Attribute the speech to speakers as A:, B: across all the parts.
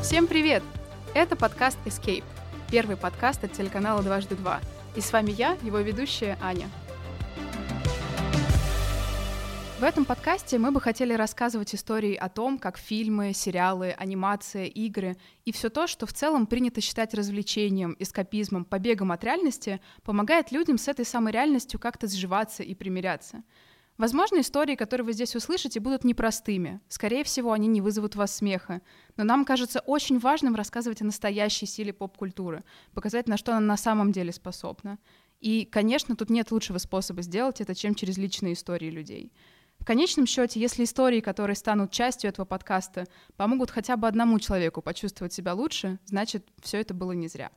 A: Всем привет! Это подкаст Escape, первый подкаст от телеканала «Дважды два». И с вами я, его ведущая Аня. В этом подкасте мы бы хотели рассказывать истории о том, как фильмы, сериалы, анимация, игры и все то, что в целом принято считать развлечением, эскапизмом, побегом от реальности, помогает людям с этой самой реальностью как-то сживаться и примиряться. Возможно, истории, которые вы здесь услышите, будут непростыми. Скорее всего, они не вызовут у вас смеха. Но нам кажется очень важным рассказывать о настоящей силе поп-культуры, показать, на что она на самом деле способна. И, конечно, тут нет лучшего способа сделать это, чем через личные истории людей. В конечном счете, если истории, которые станут частью этого подкаста, помогут хотя бы одному человеку почувствовать себя лучше, значит, все это было не зря.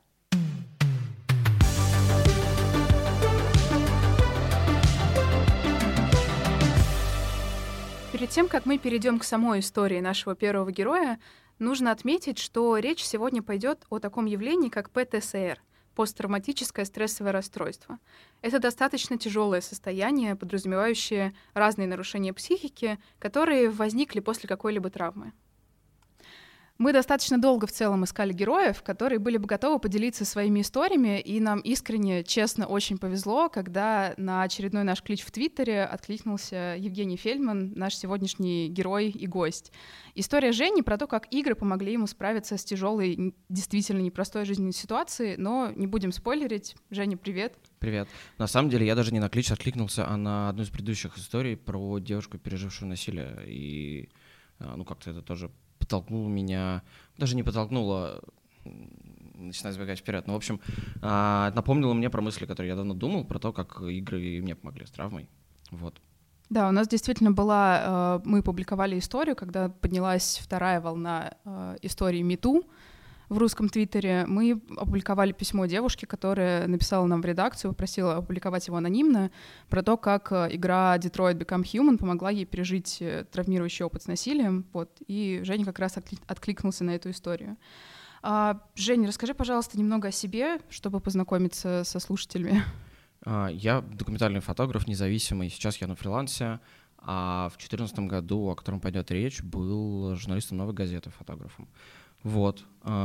A: Перед тем, как мы перейдем к самой истории нашего первого героя, нужно отметить, что речь сегодня пойдет о таком явлении, как ПТСР — посттравматическое стрессовое расстройство. Это достаточно тяжелое состояние, подразумевающее разные нарушения психики, которые возникли после какой-либо травмы. Мы достаточно долго в целом искали героев, которые были бы готовы поделиться своими историями, и нам искренне, честно, очень повезло, когда на очередной наш клич в Твиттере откликнулся Евгений Фельдман, наш сегодняшний герой и гость. История Жени про то, как игры помогли ему справиться с тяжелой, действительно непростой жизненной ситуацией, но не будем спойлерить. Женя, привет.
B: Привет. На самом деле я даже не на клич откликнулся, а на одну из предыдущих историй про девушку, пережившую насилие, и как-то это тоже подтолкнуло меня, даже не подтолкнуло, начинаю забегать вперед, но, в общем, напомнило мне про мысли, которые я давно думал, про то, как игры мне помогли с травмой. Вот.
A: Да, у нас действительно была, мы публиковали историю, когда поднялась вторая волна истории #MeToo в русском Твиттере. Мы опубликовали письмо девушке, которая написала нам в редакцию, попросила опубликовать его анонимно, про то, как игра Detroit Become Human помогла ей пережить травмирующий опыт с насилием. Вот. И Женя как раз откликнулся на эту историю. Женя, расскажи, пожалуйста, немного о себе, чтобы познакомиться со слушателями.
B: Я документальный фотограф, независимый. Сейчас я на фрилансе. А в 2014 году, о котором пойдет речь, был журналистом «Новой газеты», фотографом. Вот.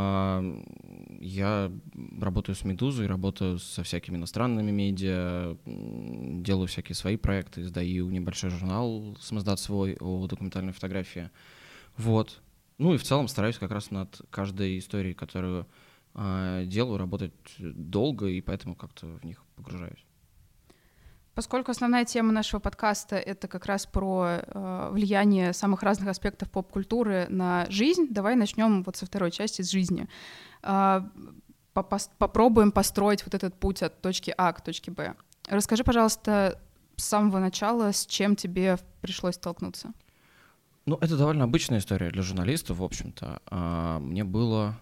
B: Я работаю с «Медузой», работаю со всякими иностранными медиа, делаю всякие свои проекты, издаю небольшой журнал, самоздат свой, о документальной фотографии. Вот. Ну и в целом стараюсь как раз над каждой историей, которую делаю, работать долго, и поэтому как-то в них погружаюсь.
A: Поскольку основная тема нашего подкаста — это как раз про влияние самых разных аспектов поп-культуры на жизнь, давай начнем вот со второй части, с жизни. Попробуем построить вот этот путь от точки А к точке Б. Расскажи, пожалуйста, с самого начала, с чем тебе пришлось столкнуться?
B: Это довольно обычная история для журналистов, в общем-то. Мне было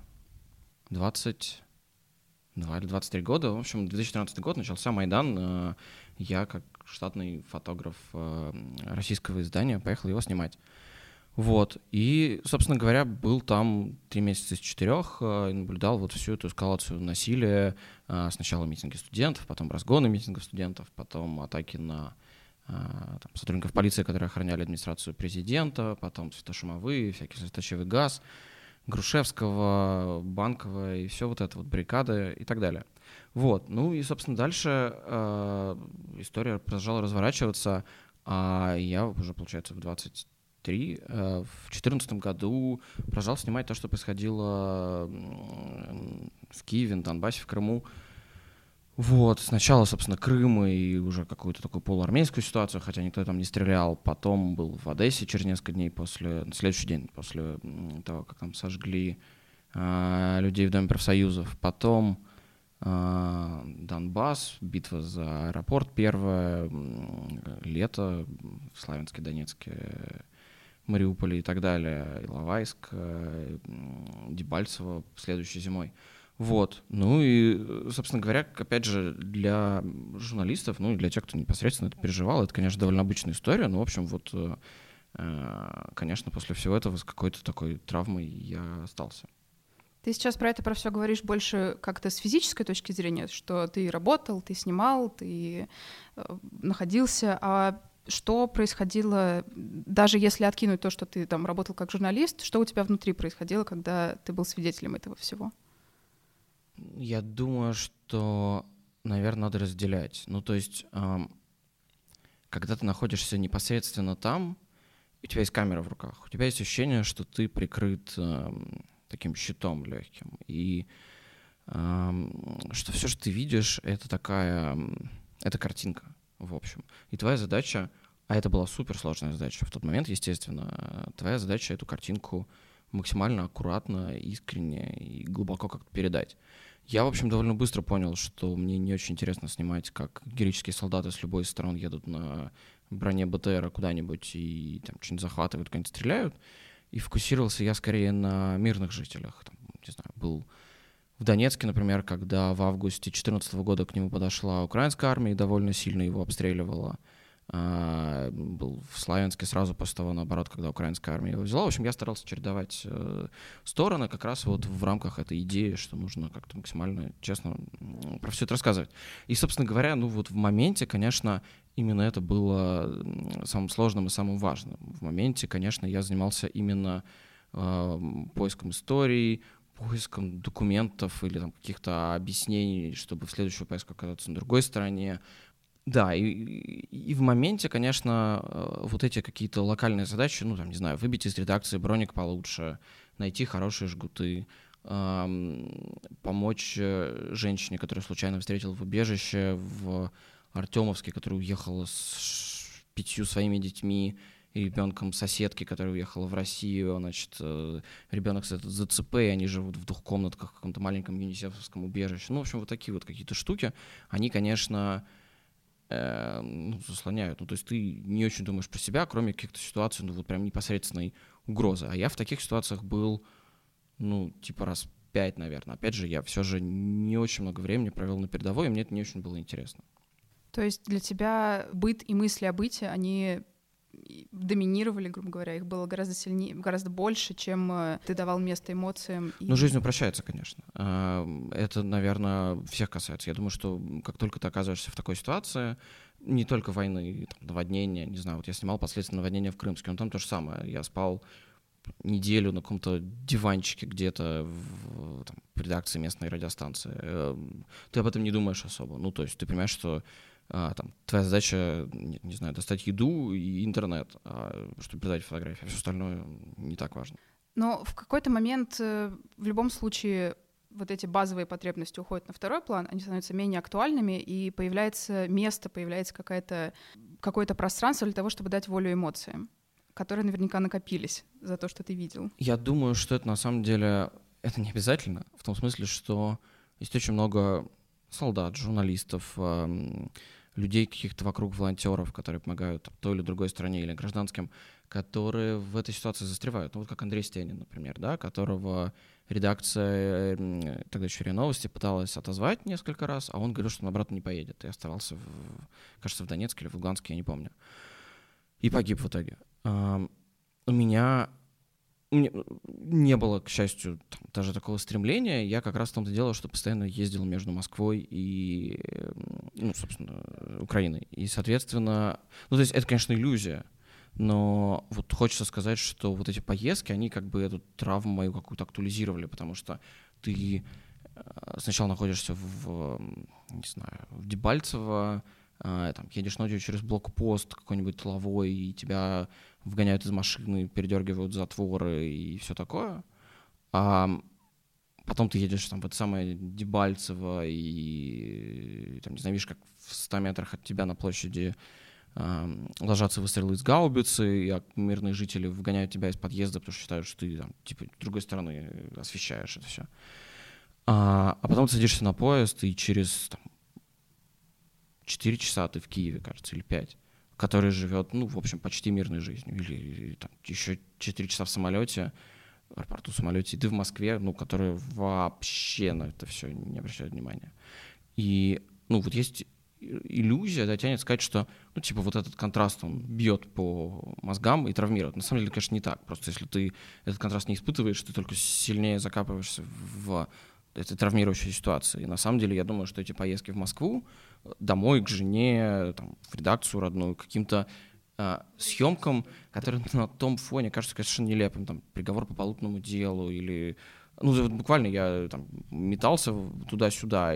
B: 22 или 23 года. В общем, 2014 год, начался Майдан. Я, как штатный фотограф российского издания, поехал его снимать. Вот. И, собственно говоря, был там 3 месяца из 4, и наблюдал вот всю эту эскалацию насилия. Сначала митинги студентов, потом разгоны митингов студентов, потом атаки на сотрудников полиции, которые охраняли администрацию президента, потом светошумовые, всякий слезоточивый газ, Грушевского, Банкова и все вот это вот, баррикады и так далее. Вот. Ну и, собственно, дальше история продолжала разворачиваться, а я уже, получается, в 23, в 2014 году продолжал снимать то, что происходило в Киеве, на Донбассе, в Крыму. Вот. Сначала, собственно, Крым и уже какую-то такую полуармейскую ситуацию, хотя никто там не стрелял. Потом был в Одессе через несколько дней на следующий день после того, как там сожгли людей в Доме профсоюзов. Потом Донбасс, битва за аэропорт первое, лето в Славянске, Донецке, Мариуполе и так далее, Иловайск, Дебальцево следующей зимой. Вот. Ну и, собственно говоря, опять же, для журналистов, и для тех, кто непосредственно это переживал, это, конечно, довольно обычная история, но, в общем, вот, конечно, после всего этого с какой-то такой травмой я остался.
A: Ты сейчас про все говоришь больше как-то с физической точки зрения, что ты работал, ты снимал, ты находился, а Что происходило, даже если откинуть то, что ты там работал как журналист, что у тебя внутри происходило, когда ты был свидетелем этого всего?
B: Я думаю, что, наверное, надо разделять. Ну, то есть, когда ты находишься непосредственно там, у тебя есть камера в руках, у тебя есть ощущение, что ты прикрыт таким щитом легким, и что все, что ты видишь, это это картинка, в общем. И твоя задача, а это была суперсложная задача в тот момент, естественно, твоя задача эту картинку максимально аккуратно, искренне и глубоко как-то передать. Я, в общем, довольно быстро понял, что мне не очень интересно снимать, как героические солдаты с любой сторон едут на броне БТРа куда-нибудь и там что-нибудь захватывают, куда-нибудь стреляют. И фокусировался я скорее на мирных жителях. Там, не знаю, был в Донецке, например, когда в августе 2014 года к нему подошла украинская армия и довольно сильно его обстреливала. Был в Славянске сразу после того, наоборот, когда украинская армия его взяла. В общем, я старался чередовать стороны как раз вот в рамках этой идеи, что нужно как-то максимально честно про все это рассказывать. И, собственно говоря, ну вот в моменте, конечно, именно это было самым сложным и самым важным. В моменте, конечно, я занимался именно поиском историй, поиском документов или там каких-то объяснений, чтобы в следующую поездку оказаться на другой стороне. Да, и в моменте, конечно, вот эти какие-то локальные задачи, ну, там, не знаю, выбить из редакции броник получше, найти хорошие жгуты, помочь женщине, которую случайно встретил в убежище в Артемовске, которая уехала с 5 своими детьми, и ребенком соседки, которая уехала в Россию, значит, ребенок с ЗЦП, и они живут в двухкомнатках в каком-то маленьком юнисефовском убежище. Ну, в общем, вот такие вот какие-то штуки, они, конечно, заслоняют. Ну, то есть ты не очень думаешь про себя, кроме каких-то ситуаций, ну, вот прям непосредственной угрозы. А я в таких ситуациях был, ну, типа раз 5, наверное. Опять же, я все же не очень много времени провел на передовой, и мне это не очень было интересно.
A: То есть для тебя быт и мысли о быте, они доминировали, грубо говоря, их было гораздо сильнее, гораздо больше, чем ты давал место эмоциям.
B: Ну, жизнь упрощается, конечно. Это, наверное, всех касается. Я думаю, что как только ты оказываешься в такой ситуации, не только войны, там, наводнения, не знаю, вот я снимал последствия наводнения в Крымске, но там то же самое. Я спал неделю на каком-то диванчике где-то в редакции местной радиостанции. Ты об этом не думаешь особо. Ну, то есть ты понимаешь, что там, твоя задача, не знаю, достать еду и интернет, чтобы передать фотографии, а все остальное не так важно.
A: Но в какой-то момент в любом случае вот эти базовые потребности уходят на второй план, они становятся менее актуальными, и появляется место, появляется какое-то пространство для того, чтобы дать волю эмоциям, которые наверняка накопились за то, что ты видел.
B: Я думаю, что это на самом деле это не обязательно, в том смысле, что есть очень много солдат, журналистов, людей каких-то вокруг, волонтеров, которые помогают той или другой стране или гражданским, которые в этой ситуации застревают. Ну вот как Андрей Стенин, например, да, которого редакция тогда еще РИА Новости пыталась отозвать несколько раз, а он говорил, что он обратно не поедет. И оставался, кажется, в Донецке или в Луганске, я не помню. И погиб в итоге. У меня не было, к счастью, даже такого стремления. Я как раз в том-то дело, что постоянно ездил между Москвой и, ну, собственно, Украиной. И, соответственно, ну, то есть это, конечно, иллюзия, но вот хочется сказать, что вот эти поездки, они как бы эту травму мою какую-то актуализировали, потому что ты сначала находишься не знаю, в Дебальцево, там, едешь ночью через блокпост какой-нибудь тыловой, и тебя вгоняют из машины, передергивают затворы и все такое. А потом ты едешь там, в это самое Дебальцево, и там, не знаю, видишь, как в 100 метрах от тебя на площади ложатся выстрелы из гаубицы, и мирные жители выгоняют тебя из подъезда, потому что считают, что ты там, типа, с другой стороны освещаешь это все. А потом ты садишься на поезд, и через там, 4 часа ты в Киеве, кажется, или 5, который живет, ну, в общем, почти мирной жизнью. Или там, еще 4 часа в самолете, в аэропорту, в самолете, и ты в Москве, ну, который вообще на это все не обращает внимания. И, ну, вот есть иллюзия, да, тянет сказать, что, ну, типа, вот этот контраст, он бьет по мозгам и травмирует. На самом деле, конечно, не так. Просто если ты этот контраст не испытываешь, ты только сильнее закапываешься в этой травмирующей ситуации. И на самом деле, я думаю, что эти поездки в Москву, домой, к жене, там, в редакцию родную, каким-то съемкам, которые на том фоне кажутся совершенно нелепым. Там, приговор по полутному делу или... Ну, вот буквально я там метался туда-сюда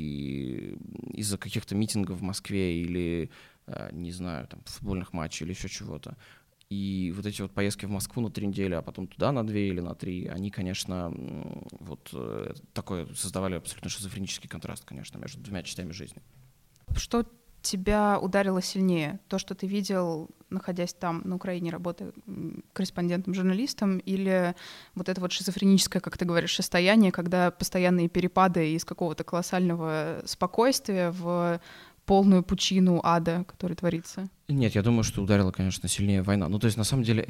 B: и из-за каких-то митингов в Москве или, не знаю, там, футбольных матчей или еще чего-то. И вот эти вот поездки в Москву на 3 недели, а потом туда на 2 или на 3, они, конечно, вот такой создавали абсолютно шизофренический контраст, конечно, между двумя частями жизни.
A: Что тебя ударило сильнее? То, что ты видел, находясь там, на Украине, работая корреспондентом-журналистом, или вот это вот шизофреническое, как ты говоришь, состояние, когда постоянные перепады из какого-то колоссального спокойствия в полную пучину ада, который творится?
B: Нет, я думаю, что ударила, конечно, сильнее война. Ну, то есть, на самом деле,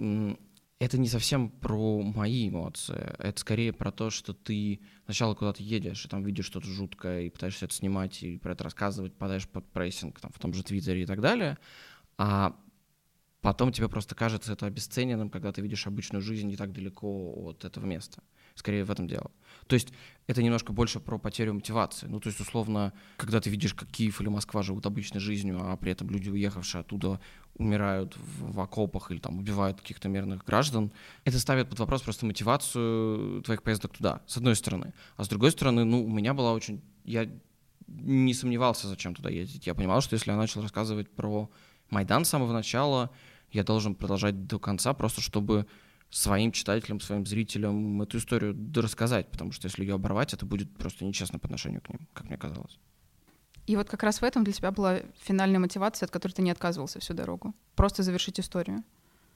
B: это не совсем про мои эмоции. Это скорее про то, что ты сначала куда-то едешь, и там видишь что-то жуткое, и пытаешься это снимать, и про это рассказывать, попадаешь под прессинг там, в том же Твиттере и так далее. А потом тебе просто кажется это обесцененным, когда ты видишь обычную жизнь не так далеко от этого места. Скорее в этом дело. То есть это немножко больше про потерю мотивации. Ну, то есть, условно, когда ты видишь, как Киев или Москва живут обычной жизнью, а при этом люди, уехавшие оттуда, умирают в окопах или там убивают каких-то мирных граждан, это ставит под вопрос просто мотивацию твоих поездок туда, с одной стороны. А с другой стороны, ну, у меня была очень... Я не сомневался, зачем туда ездить. Я понимал, что если я начал рассказывать про Майдан с самого начала, я должен продолжать до конца, просто чтобы своим читателям, своим зрителям эту историю рассказать, потому что если ее оборвать, это будет просто нечестно по отношению к ним, как мне казалось.
A: И вот как раз в этом для тебя была финальная мотивация, от которой ты не отказывался всю дорогу. Просто завершить историю.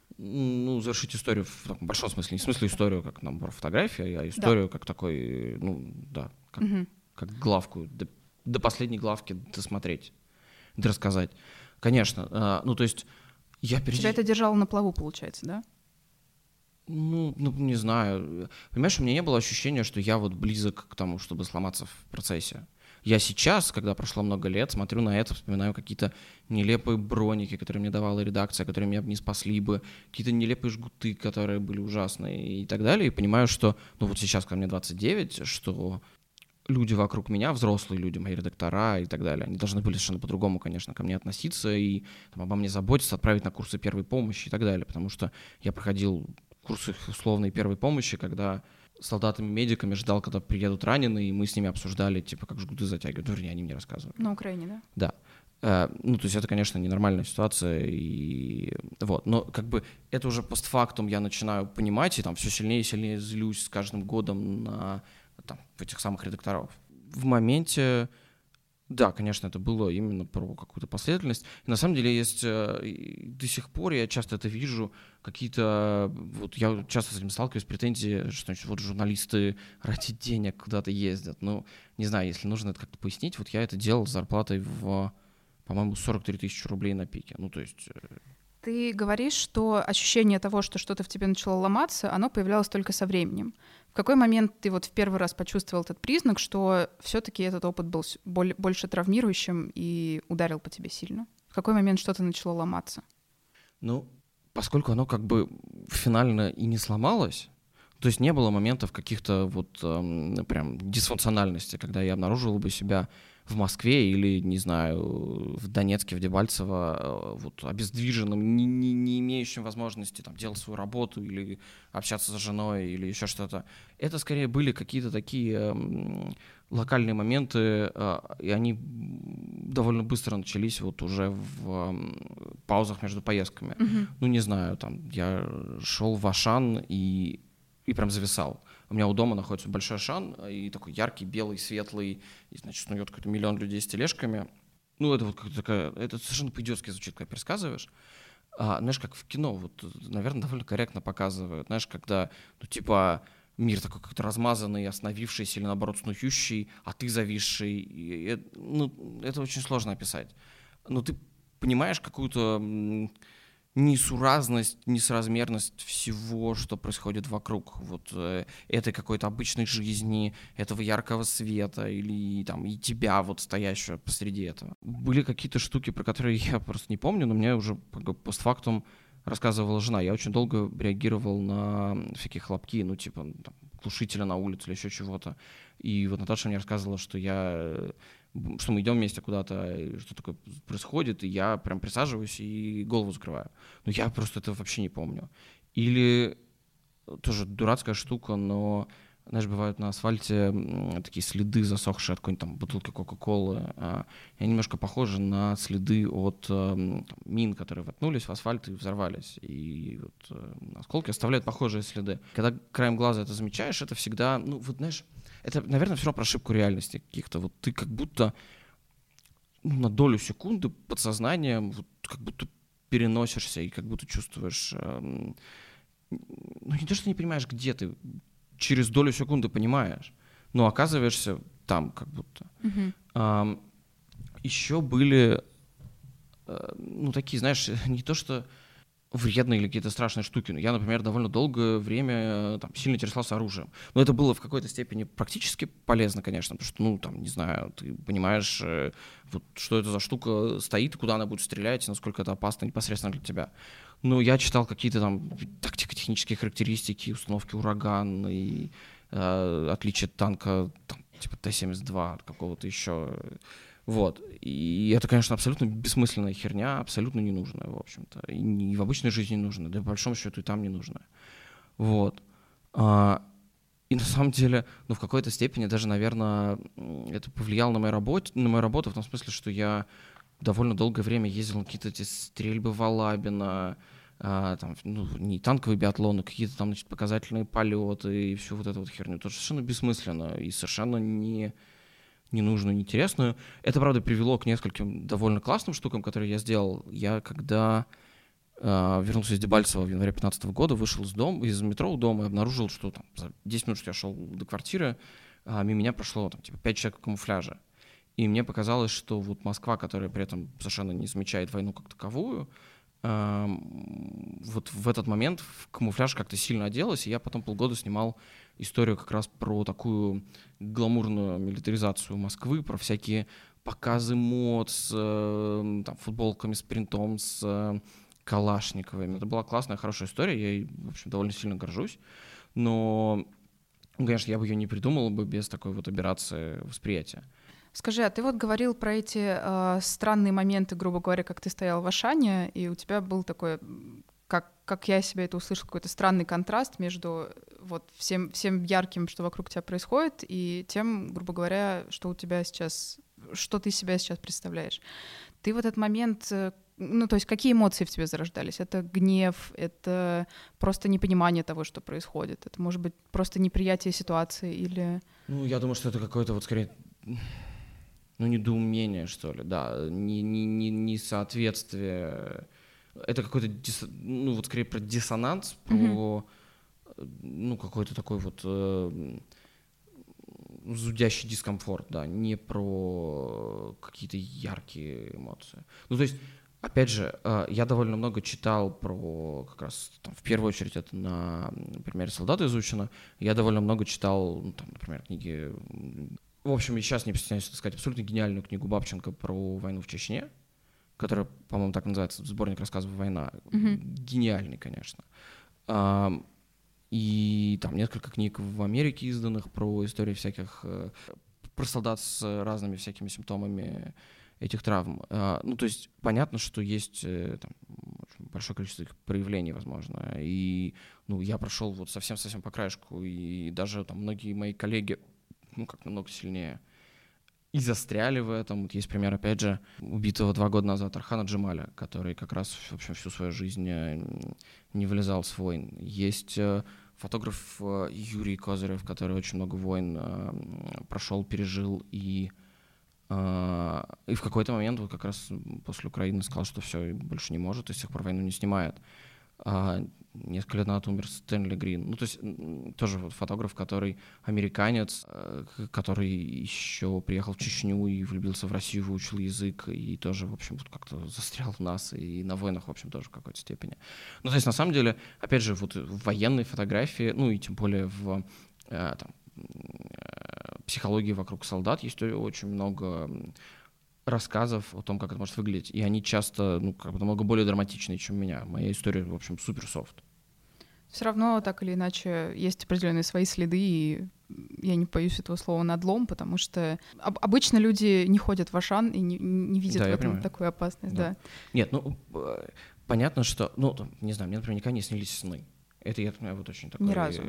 B: Ну, завершить историю в таком большом смысле. Не в смысле историю как набор фотографий, а историю как такой, ну, да, как главку, до последней главки досмотреть, дорассказать. Конечно, ну, то есть я...
A: Тебя это держало на плаву, получается, да?
B: Ну, не знаю. Понимаешь, у меня не было ощущения, что я вот близок к тому, чтобы сломаться в процессе. Я сейчас, когда прошло много лет, смотрю на это, вспоминаю какие-то нелепые броники, которые мне давала редакция, которые меня бы не спасли бы, какие-то нелепые жгуты, которые были ужасные и так далее, и понимаю, что, ну вот сейчас, когда мне 29, что люди вокруг меня, взрослые люди, мои редактора и так далее, они должны были совершенно по-другому, конечно, ко мне относиться и там, обо мне заботиться, отправить на курсы первой помощи и так далее, потому что я проходил курсы условной первой помощи, когда солдатами-медиками ждал, когда приедут раненые, и мы с ними обсуждали, типа, как жгуты затягивают. Ну, вернее, они мне рассказывали.
A: На Украине, да?
B: Да. Ну, то есть это, конечно, ненормальная ситуация, и вот. Но как бы это уже постфактум я начинаю понимать, и там все сильнее и сильнее злюсь с каждым годом на там, этих самых редакторов. В моменте... Да, конечно, это было именно про какую-то последовательность. И на самом деле есть до сих пор, я часто это вижу, какие-то... Вот я часто с этим сталкиваюсь, претензии, что значит, вот журналисты ради денег куда-то ездят. Ну, не знаю, если нужно это как-то пояснить, вот я это делал с зарплатой в, по-моему, 43 тысячи рублей на пике. Ну, то есть...
A: Ты говоришь, что ощущение того, что что-то в тебе начало ломаться, оно появлялось только со временем. В какой момент ты вот в первый раз почувствовал этот признак, что все-таки этот опыт был больше травмирующим и ударил по тебе сильно? В какой момент что-то начало ломаться?
B: Ну, поскольку оно как бы финально и не сломалось, то есть не было моментов каких-то вот прям дисфункциональности, когда я обнаруживал бы себя в Москве или, не знаю, в Донецке, в Дебальцево, вот, обездвиженным, не имеющим возможности там, делать свою работу или общаться с женой или еще что-то. Это скорее были какие-то такие локальные моменты, и они довольно быстро начались вот уже в паузах между поездками. Ну, не знаю, там, я шел в Ашан и прям зависал. У меня у дома находится большой Ашан, и такой яркий, белый, светлый, и, значит, снует какой-то миллион людей с тележками. Ну, это вот как-то такая... Это совершенно по-идиотски звучит, когда пересказываешь. Знаешь, как в кино, вот, наверное, довольно корректно показывают. Знаешь, когда, ну, типа, мир такой как-то размазанный, остановившийся или, наоборот, снующий, а ты зависший. Ну, это очень сложно описать. Но ты понимаешь какую-то... несуразность, несоразмерность всего, что происходит вокруг вот этой какой-то обычной жизни, этого яркого света или там и тебя вот стоящего посреди этого. Были какие-то штуки, про которые я просто не помню, но мне уже постфактум рассказывала жена. Я очень долго реагировал на всякие хлопки, ну типа там, глушителя на улице или еще чего-то. И вот Наташа мне рассказывала, что я что мы идем вместе куда-то, и что такое происходит, и я прям присаживаюсь и голову закрываю. Но я просто этого вообще не помню. Или тоже дурацкая штука, но, знаешь, бывают на асфальте такие следы, засохшие от какой-нибудь там бутылки Кока-Колы. Они немножко похожи на следы от мин, которые воткнулись в асфальт и взорвались. И вот осколки оставляют похожие следы. Когда краем глаза это замечаешь, это всегда, ну, вот, знаешь, это, наверное, все равно про ошибку реальности каких-то. Вот ты как будто на долю секунды подсознанием вот как будто переносишься и как будто чувствуешь... Ну, не то, что не понимаешь, где ты, через долю секунды понимаешь, но оказываешься там как будто. Еще были, ну, такие, знаешь, не то, что вредные или какие-то страшные штуки. Но я, например, довольно долгое время там, сильно интересовался оружием. Но это было в какой-то степени практически полезно, конечно, потому что, ну, там, не знаю, ты понимаешь, вот, что это за штука стоит, куда она будет стрелять, насколько это опасно непосредственно для тебя. Ну, я читал какие-то там тактико-технические характеристики, установки «Ураган» и отличия от танка, там, типа Т-72 от какого-то еще. Вот. И это, конечно, абсолютно бессмысленная херня, абсолютно ненужная, в общем-то. И в обычной жизни не нужная, да и по большому счету и там не нужная. Вот. И на самом деле, ну, в какой-то степени даже, наверное, это повлияло на мою работу в том смысле, что я довольно долгое время ездил на какие-то эти стрельбы в Алабино, там, ну, не танковые биатлоны, какие-то там, значит, показательные полеты и всю вот эту вот херню. Это совершенно бессмысленно и совершенно ненужную, неинтересную. Это, правда, привело к нескольким довольно классным штукам, которые я сделал. Я, когда вернулся из Дебальцево в январе 2015 года, вышел из метро у дома и обнаружил, что там, за 10 минут, что я шел до квартиры, мимо меня прошло там, типа, 5 человек в камуфляже. И мне показалось, что вот Москва, которая при этом совершенно не замечает войну как таковую, вот в этот момент в камуфляж как-то сильно оделась, и я потом полгода снимал историю как раз про такую гламурную милитаризацию Москвы, про всякие показы мод с там, футболками с принтом, с калашниковыми. Это была классная, хорошая история, я ей, в общем, довольно сильно горжусь, но, конечно, я бы ее не придумал бы без такой вот операции восприятия.
A: Скажи, а ты вот говорил про эти странные моменты, грубо говоря, как ты стоял в Ашане, и у тебя был такой, как я себе это услышал, какой-то странный контраст между вот всем ярким, что вокруг тебя происходит, и тем, грубо говоря, что у тебя сейчас, что ты себя сейчас представляешь. Ты в этот момент, ну, то есть какие эмоции в тебе зарождались? Это гнев, это просто непонимание того, что происходит, это, может быть, просто неприятие ситуации или... Ну,
B: я думаю, что это какое-то вот скорее... Ну, недоумение, что ли, да, несоответствие. Это какой-то, ну, вот скорее про диссонанс, про, ну, какой-то такой вот зудящий дискомфорт, да, не про какие-то яркие эмоции. Ну, то есть, опять же, я довольно много читал про, как раз, там, в первую очередь, это на примере «Солдата» изучено, я довольно много читал, ну, там, например, книги... В общем, я сейчас не постесняюсь сказать абсолютно гениальную книгу Бабченко про войну в Чечне, которая, по-моему, так называется, сборник рассказов «Война». Гениальный, конечно. И там несколько книг в Америке изданных про истории всяких, про солдат с разными всякими симптомами этих травм. Ну, то есть понятно, что есть там, большое количество их проявлений, возможно. И, ну, я прошел вот совсем-совсем по краешку, и даже там многие мои коллеги, ну, как намного сильнее, и застряли в этом. Вот есть пример, опять же, убитого 2 года назад Архана Джемаля, который как раз, в общем, всю свою жизнь не вылезал с войн. Есть фотограф Юрий Козырев, который очень много войн прошел, пережил, и в какой-то момент, вот как раз после Украины, сказал, что все, больше не может, и с тех пор войну не снимает. Несколько лет назад умер Стэнли Грин. Ну, то есть тоже вот фотограф, который американец, который еще приехал в Чечню и влюбился в Россию, выучил язык и тоже, в общем, вот как-то застрял в нас и на войнах, в общем, тоже в какой-то степени. Ну, то есть на самом деле, опять же, вот в военной фотографии, ну и тем более в там, психологии вокруг солдат есть очень много рассказов о том, как это может выглядеть. И они часто, ну, как бы намного более драматичные, чем у меня. Моя история, в общем, супер софт.
A: Все равно, так или иначе, есть определенные свои следы, и я не боюсь этого слова, надлом, потому что обычно люди не ходят в Ашан и не видят в этом такую опасность. Да.
B: Нет, понятно, что, не знаю, мне, например, никогда не снились сны. Это я вот очень такой...
A: Ни разу.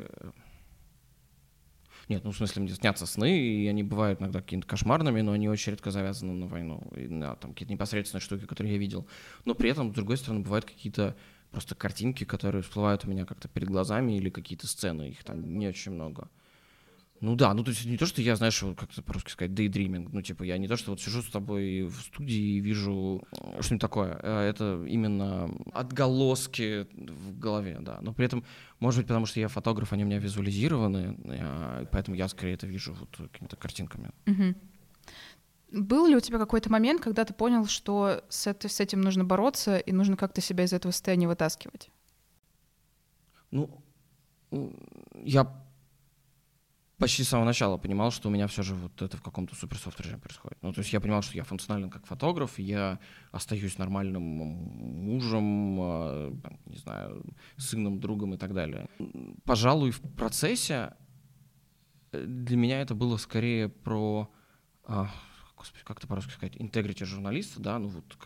B: Нет, в смысле, мне снятся сны, и они бывают иногда какими-то кошмарными, но они очень редко завязаны на войну, и на там какие-то непосредственные штуки, которые я видел. Но при этом, с другой стороны, бывают какие-то просто картинки, которые всплывают у меня как-то перед глазами, или какие-то сцены, их там не очень много. То есть не то, что я, знаешь, как это по-русски сказать, daydreaming, я не то, что вот сижу с тобой в студии и вижу что-нибудь такое, это именно отголоски в голове, да, но при этом, может быть, потому что я фотограф, они у меня визуализированы, поэтому я скорее это вижу вот какими-то картинками.
A: Угу. Был ли у тебя какой-то момент, когда ты понял, что с этим нужно бороться и нужно как-то себя из этого состояния вытаскивать?
B: Я почти с самого начала понимал, что у меня все же вот это в каком-то суперсофт режиме происходит. То есть я понимал, что я функционален как фотограф, я остаюсь нормальным мужем, не знаю, сыном, другом и так далее. Пожалуй, в процессе для меня это было скорее про, господи, как это по-русски сказать, integrity журналиста, да,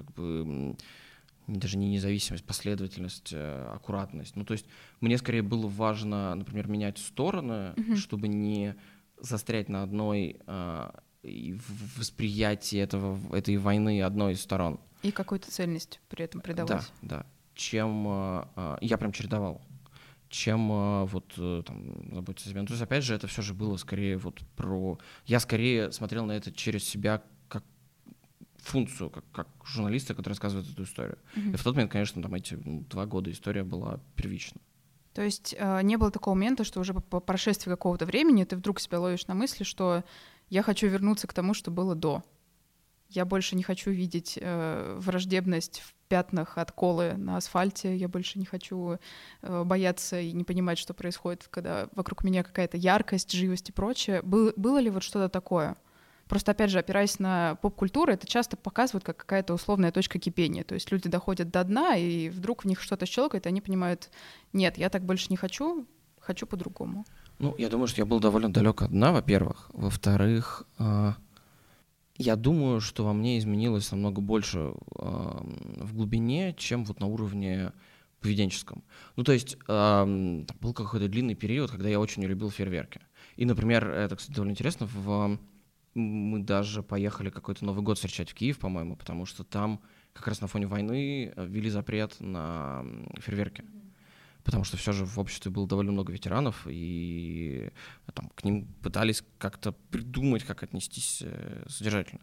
B: даже не независимость, последовательность, аккуратность. То есть мне скорее было важно, например, менять стороны, чтобы не застрять на одной восприятии этой войны одной из сторон.
A: И какую-то цельность при этом придавать.
B: Да. Я прям чередовал. Заботиться о себе. То есть, опять же, это все же было скорее Я скорее смотрел на это через себя как функцию, как журналиста, который рассказывает эту историю. И в тот момент, конечно, эти 2 года история была первична.
A: То есть не было такого момента, что уже по прошествии какого-то времени ты вдруг себя ловишь на мысли, что я хочу вернуться к тому, что было до. Я больше не хочу видеть враждебность в пятнах от колы на асфальте, я больше не хочу бояться и не понимать, что происходит, когда вокруг меня какая-то яркость, живость и прочее. Было ли вот что-то такое? Просто, опять же, опираясь на поп-культуру, это часто показывают как какая-то условная точка кипения. То есть люди доходят до дна, и вдруг в них что-то щелкает, и они понимают, нет, я так больше не хочу, хочу по-другому.
B: Я думаю, что я был довольно далек от дна, во-первых. Во-вторых, я думаю, что во мне изменилось намного больше в глубине, чем вот на уровне поведенческом. То есть был какой-то длинный период, когда я очень не любил фейерверки. И, например, это, кстати, довольно интересно, мы даже поехали какой-то Новый год встречать в Киев, по-моему, потому что там как раз на фоне войны ввели запрет на фейерверки. Потому что все же в обществе было довольно много ветеранов, и там к ним пытались как-то придумать, как отнестись содержательно.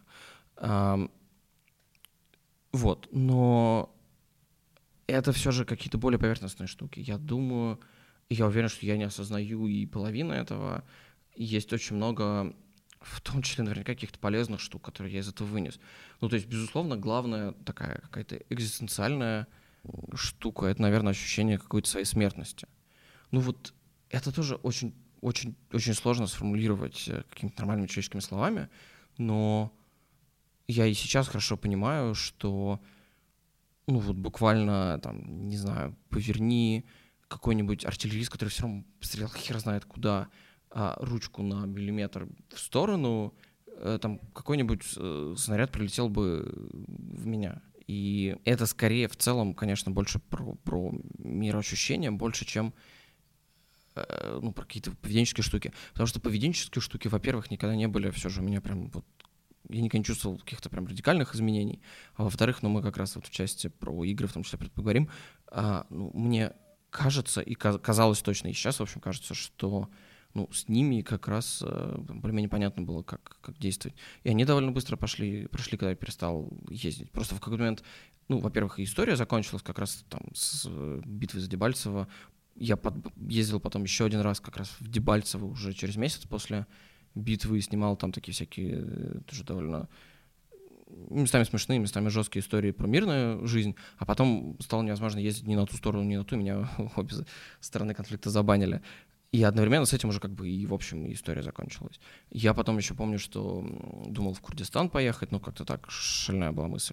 B: Но это все же какие-то более поверхностные штуки. Я думаю, я уверен, что я не осознаю и половины этого. Есть очень много, в том числе, наверняка, каких-то полезных штук, которые я из этого вынес. То есть, безусловно, главная такая какая-то экзистенциальная штука — это, наверное, ощущение какой-то своей смертности. Это тоже очень, очень, очень сложно сформулировать какими-то нормальными человеческими словами, но я и сейчас хорошо понимаю, что буквально, не знаю, поверни какой-нибудь артиллерист, который все равно стрелял хер знает куда, ручку на миллиметр в сторону, какой-нибудь снаряд прилетел бы в меня. И это скорее в целом, конечно, больше про мироощущение, больше, чем про какие-то поведенческие штуки. Потому что поведенческие штуки, во-первых, никогда не были все же у меня прям я никогда не чувствовал каких-то прям радикальных изменений. А во-вторых, мы как раз в части про игры, в том числе, поговорим. Мне кажется, и казалось точно, и сейчас, в общем, кажется, что с ними как раз более-менее понятно было, как действовать. И они довольно быстро прошли, когда я перестал ездить. Просто в какой-то момент, во-первых, история закончилась как раз с битвой за Дебальцево. Я ездил потом еще один раз как раз в Дебальцево уже через месяц после битвы и снимал там такие всякие тоже довольно местами смешные, местами жесткие истории про мирную жизнь, а потом стало невозможно ездить ни на ту сторону, ни на ту, меня обе стороны конфликта забанили. И одновременно с этим уже и, в общем, история закончилась. Я потом еще помню, что думал в Курдистан поехать, как-то так, шальная была мысль.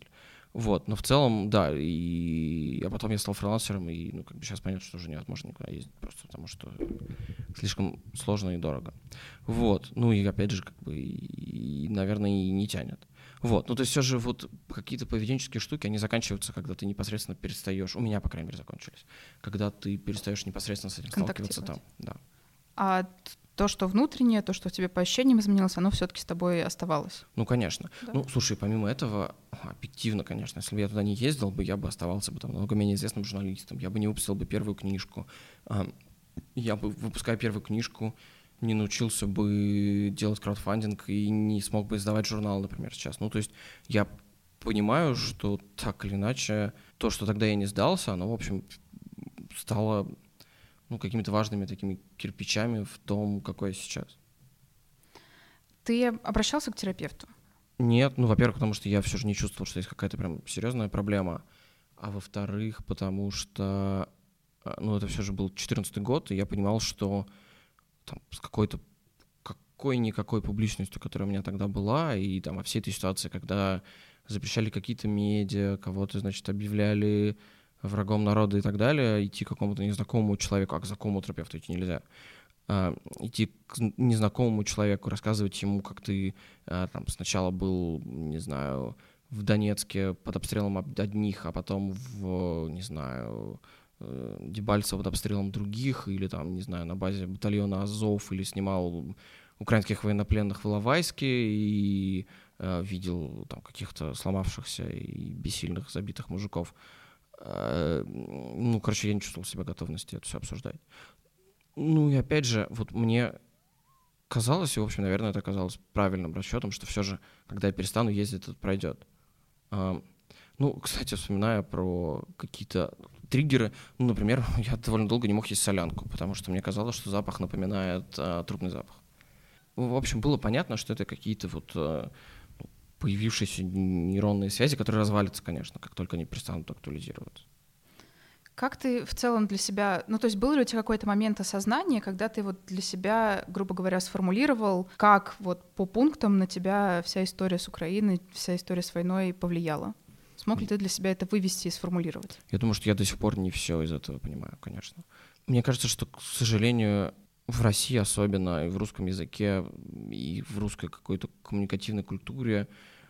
B: Вот, но в целом, да, а потом я стал фрилансером, и, сейчас понятно, что уже невозможно никуда ездить, просто потому что слишком сложно и дорого. Вот, и опять же, наверное, и не тянет. Вот, то есть все же вот какие-то поведенческие штуки, они заканчиваются, когда ты непосредственно перестаешь, у меня, по крайней мере, закончились, когда ты перестаешь непосредственно с этим сталкиваться там, да.
A: А то, что внутреннее, то, что тебе по ощущениям изменилось, оно все-таки с тобой оставалось.
B: Конечно.
A: Да.
B: Слушай, помимо этого, объективно, конечно, если бы я туда не ездил бы, я бы оставался бы там много менее известным журналистом, я бы не выпустил бы первую книжку, я бы, выпуская первую книжку, не научился бы делать краудфандинг и не смог бы издавать журнал, например, сейчас. То есть я понимаю, что так или иначе то, что тогда я не сдался, оно, в общем, стало какими-то важными такими кирпичами в том, какой я сейчас.
A: Ты обращался к терапевту?
B: Нет, во-первых, потому что я все же не чувствовал, что есть какая-то прям серьезная проблема, а во-вторых, потому что, это все же был 2014 год, и я понимал, что там с какой-никакой публичностью, которая у меня тогда была, и там во всей этой ситуации, когда запрещали какие-то медиа, кого-то, значит, объявляли врагом народа и так далее, идти к какому-то незнакомому человеку, а к знакомому терапевту идти нельзя, идти к незнакомому человеку, рассказывать ему, как ты там сначала был, не знаю, в Донецке под обстрелом одних, а потом в, не знаю, Дебальцево под обстрелом других, или там, не знаю, на базе батальона Азов, или снимал украинских военнопленных в Иловайске и видел там каких-то сломавшихся и бессильных забитых мужиков. Я не чувствовал себя готовности это все обсуждать. И опять же, вот мне казалось, и, в общем, наверное, это оказалось правильным расчетом, что все же, когда я перестану ездить, это пройдет. Кстати, вспоминая про какие-то триггеры, например, я довольно долго не мог есть солянку, потому что мне казалось, что запах напоминает трупный запах. В общем, было понятно, что это какие-то вот появившиеся нейронные связи, которые развалятся, конечно, как только они перестанут актуализироваться.
A: Как ты в целом для себя, то есть был ли у тебя какой-то момент осознания, когда ты вот для себя, грубо говоря, сформулировал, как вот по пунктам на тебя вся история с Украиной, вся история с войной повлияла? Смог ли ты для себя это вывести и сформулировать?
B: Я думаю, что я до сих пор не все из этого понимаю, конечно. Мне кажется, что, к сожалению, в России особенно, и в русском языке, и в русской какой-то коммуникативной культуре,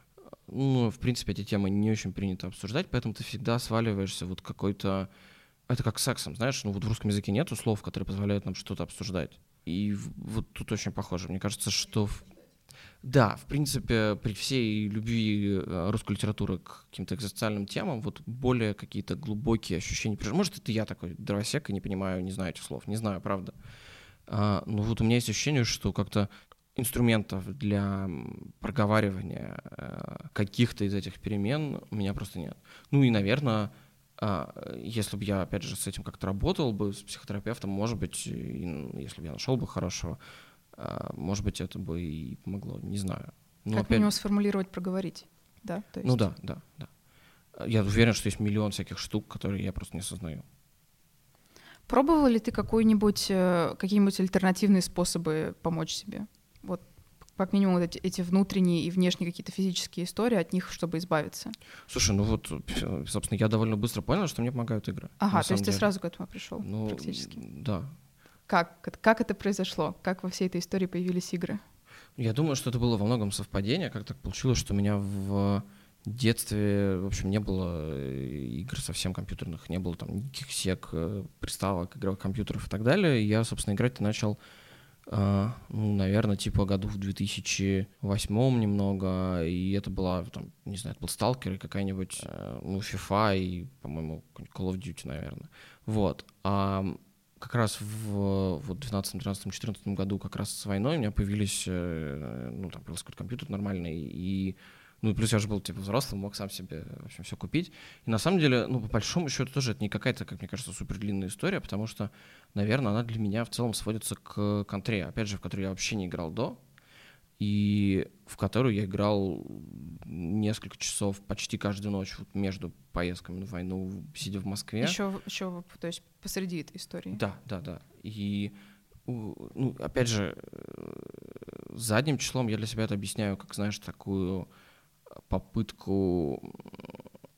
B: в принципе, эти темы не очень принято обсуждать, поэтому ты всегда сваливаешься вот какой-то... Это как с сексом, знаешь, вот в русском языке нету слов, которые позволяют нам что-то обсуждать. И вот тут очень похоже. Мне кажется, что... Да, в принципе, при всей любви русской литературы к каким-то экзистенциальным темам, вот более какие-то глубокие ощущения... Может, это я такой дровосек и не понимаю, не знаю этих слов. Не знаю, правда. Но вот у меня есть ощущение, что как-то инструментов для проговаривания каких-то из этих перемен у меня просто нет. И, наверное... Если бы я, опять же, с этим как-то работал бы, с психотерапевтом, может быть, если бы я нашел бы хорошего, может быть, это бы и помогло, не знаю.
A: Как минимум сформулировать, проговорить, да? То есть...
B: Да. Я уверен, что есть миллион всяких штук, которые я просто не осознаю.
A: Пробовал ли ты какие-нибудь альтернативные способы помочь себе? Вот как минимум вот эти внутренние и внешние какие-то физические истории, от них, чтобы избавиться.
B: Слушай, собственно, я довольно быстро понял, что мне помогают игры.
A: Ага, то есть ты сразу к этому пришел, практически.
B: Да.
A: Как это произошло? Как во всей этой истории появились игры?
B: Я думаю, что это было во многом совпадение. Как так получилось, что у меня в детстве, в общем, не было игр совсем компьютерных, не было там никаких сек, приставок, игровых компьютеров и так далее. И я, собственно, играть-то начал... наверное, типа году в 2008 немного, и это была, там, не знаю, это был Stalker и какая-нибудь, FIFA и, по-моему, Call of Duty, наверное. Вот. А как раз в 12, 13, 14 году, как раз с войной у меня появились, там появился какой-то компьютер нормальный, и плюс я уже был типа взрослым, мог сам себе, в общем, все купить. И на самом деле, по большому счету, тоже это не какая-то, как мне кажется, супер длинная история, потому что, наверное, она для меня в целом сводится к контре, опять же, в которую я вообще не играл до, и в которую я играл несколько часов почти каждую ночь вот между поездками на войну, сидя в Москве.
A: Еще, то есть посреди этой истории.
B: Да. И, опять же, задним числом я для себя это объясняю, как, знаешь, такую попытку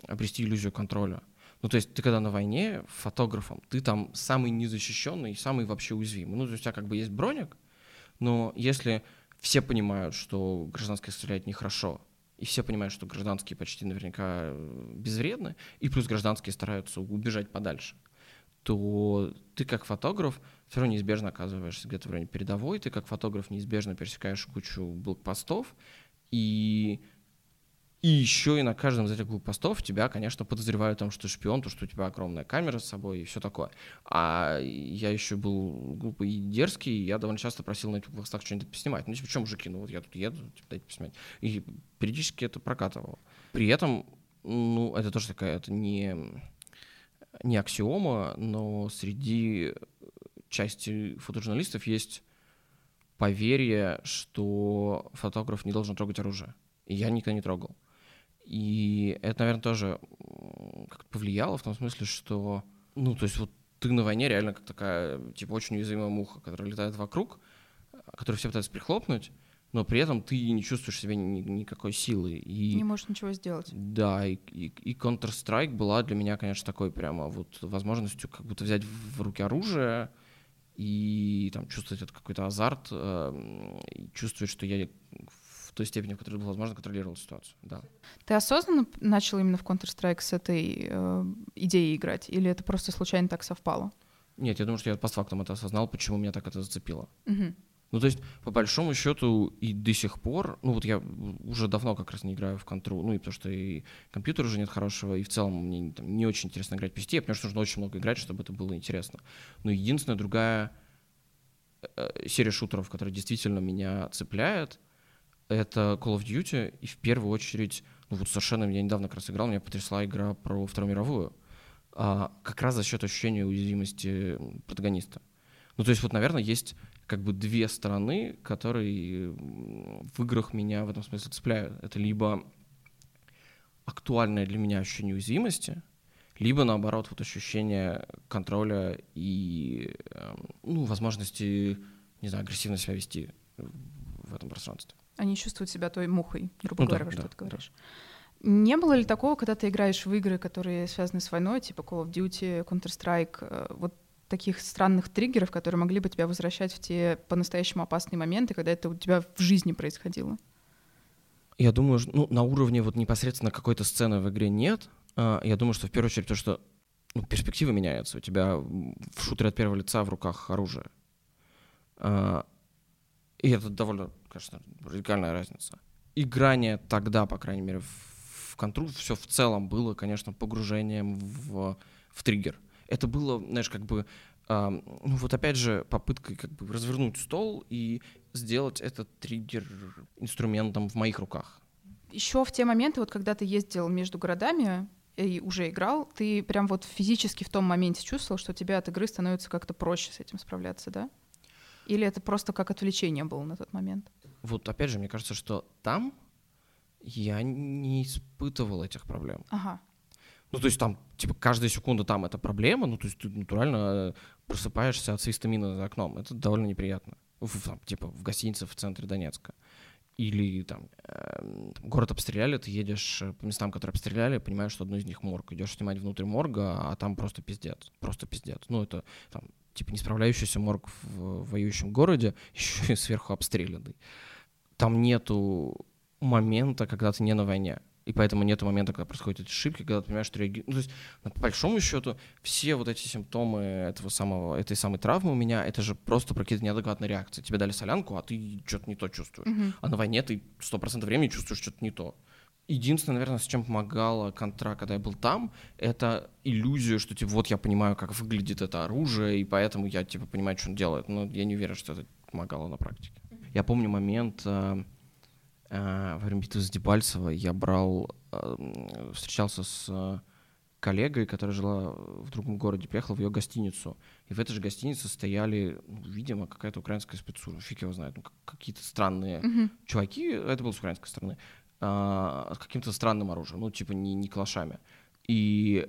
B: обрести иллюзию контроля. Ну, то есть ты когда на войне фотографом, ты там самый незащищенный, самый вообще уязвимый. Ну, то есть у тебя как бы есть броник, но если все понимают, что гражданские стрелять нехорошо, и все понимают, что гражданские почти наверняка безвредны, и плюс гражданские стараются убежать подальше, то ты как фотограф все равно неизбежно оказываешься где-то в районе передовой, ты как фотограф неизбежно пересекаешь кучу блокпостов, и еще и на каждом из этих блокпостов тебя, конечно, подозревают в том, что ты шпион, то, что у тебя огромная камера с собой и все такое. А я еще был глупый и дерзкий, и я довольно часто просил на этих блокпостах что-нибудь поснимать. Ну, типа, что, мужики, ну вот я тут еду, типа, дайте поснимать. И периодически это прокатывало. При этом, ну, это тоже такая, это не аксиома, но среди части фотожурналистов есть поверье, что фотограф не должен трогать оружие. И я никогда не трогал. И это, наверное, тоже как-то повлияло в том смысле, что, ну, то есть вот ты на войне реально как такая, типа, очень уязвимая муха, которая летает вокруг, которую все пытаются прихлопнуть, но при этом ты не чувствуешь в себе никакой силы. И,
A: не можешь ничего сделать.
B: Да, и Counter-Strike была для меня, конечно, такой прямо вот возможностью как будто взять в руки оружие и там чувствовать этот какой-то азарт, и чувствовать, что я в той степени, в которой было возможно, контролировал ситуацию. Да.
A: Ты осознанно начал именно в Counter-Strike с этой идеей играть? Или это просто случайно так совпало?
B: Нет, я думаю, что я постфактум это осознал, почему меня так это зацепило.
A: Угу.
B: Ну, то есть, по большому счету, и до сих пор, ну, вот я уже давно как раз не играю в контру, ну, и потому что и компьютера уже нет хорошего, и в целом мне там не очень интересно играть по сети, я понимаю, что нужно очень много играть, чтобы это было интересно. Но единственная другая серия шутеров, которая действительно меня цепляет, это Call of Duty, и в первую очередь, ну, вот совершенно, я недавно как раз играл, меня потрясла игра про Вторую мировую, как раз за счет ощущения уязвимости протагониста. Ну, то есть, вот, наверное, есть как бы две стороны, которые в играх меня в этом смысле цепляют. Это либо актуальное для меня ощущение уязвимости, либо, наоборот, вот ощущение контроля и, ну, возможности, не знаю, агрессивно себя вести в этом пространстве.
A: Они чувствуют себя той мухой, грубо говоря,
B: да,
A: что
B: да,
A: ты говоришь.
B: Да.
A: Не было ли такого, когда ты играешь в игры, которые связаны с войной, типа Call of Duty, Counter-Strike, вот таких странных триггеров, которые могли бы тебя возвращать в те по-настоящему опасные моменты, когда это у тебя в жизни происходило?
B: Я думаю, ну, на уровне вот непосредственно какой-то сцены в игре нет. Я думаю, что в первую очередь то, что перспектива меняется. У тебя в шутере от первого лица в руках оружие. И это довольно, конечно, радикальная разница. Играние тогда, по крайней мере, в контру все в целом было, конечно, погружением в триггер. Это было, знаешь, как бы, ну вот опять же, попыткой как бы развернуть стол и сделать этот триггер инструментом в моих руках.
A: Еще в те моменты, вот когда ты ездил между городами и уже играл, ты прям вот физически в том моменте чувствовал, что тебе от игры становится как-то проще с этим справляться, да? Или это просто как отвлечение было на тот момент?
B: Вот опять же, мне кажется, что там я не испытывал этих проблем.
A: Ага.
B: Ну, то есть там, типа, каждая секунда там это проблема, ну, то есть ты натурально просыпаешься от свиста мины за окном. Это довольно неприятно. Типа в гостинице в центре Донецка. Или там город обстреляли, ты едешь по местам, которые обстреляли, понимаешь, что одно из них морг. Идешь снимать внутрь морга, а там просто пиздец. Просто пиздец. Ну, это там, типа, не справляющийся морг в воюющем городе, еще и сверху обстрелянный. Там нету момента, когда ты не на войне. И поэтому нет момента, когда происходят эти ошибки, когда ты понимаешь, что реагируешь. Ну, то есть, по большому счету, все вот эти симптомы этой самой травмы у меня, это же просто про какие-то неадекватные реакции. Тебе дали солянку, а ты что-то не то чувствуешь.
A: Mm-hmm.
B: А на войне ты 100% времени чувствуешь что-то не то. Единственное, наверное, с чем помогала контра, когда я был там, это иллюзия, что, типа, вот я понимаю, как выглядит это оружие, и поэтому я, типа, понимаю, что он делает. Но я не уверен, что это помогало на практике. Я помню момент... Во время битвы за Дебальцево я встречался с коллегой, которая жила в другом городе, приехал в ее гостиницу. И в этой же гостинице стояли, видимо, какая-то украинская спецслужба, фиг его знает, какие-то странные чуваки, это было с украинской стороны, с каким-то странным оружием, ну, типа не калашами. И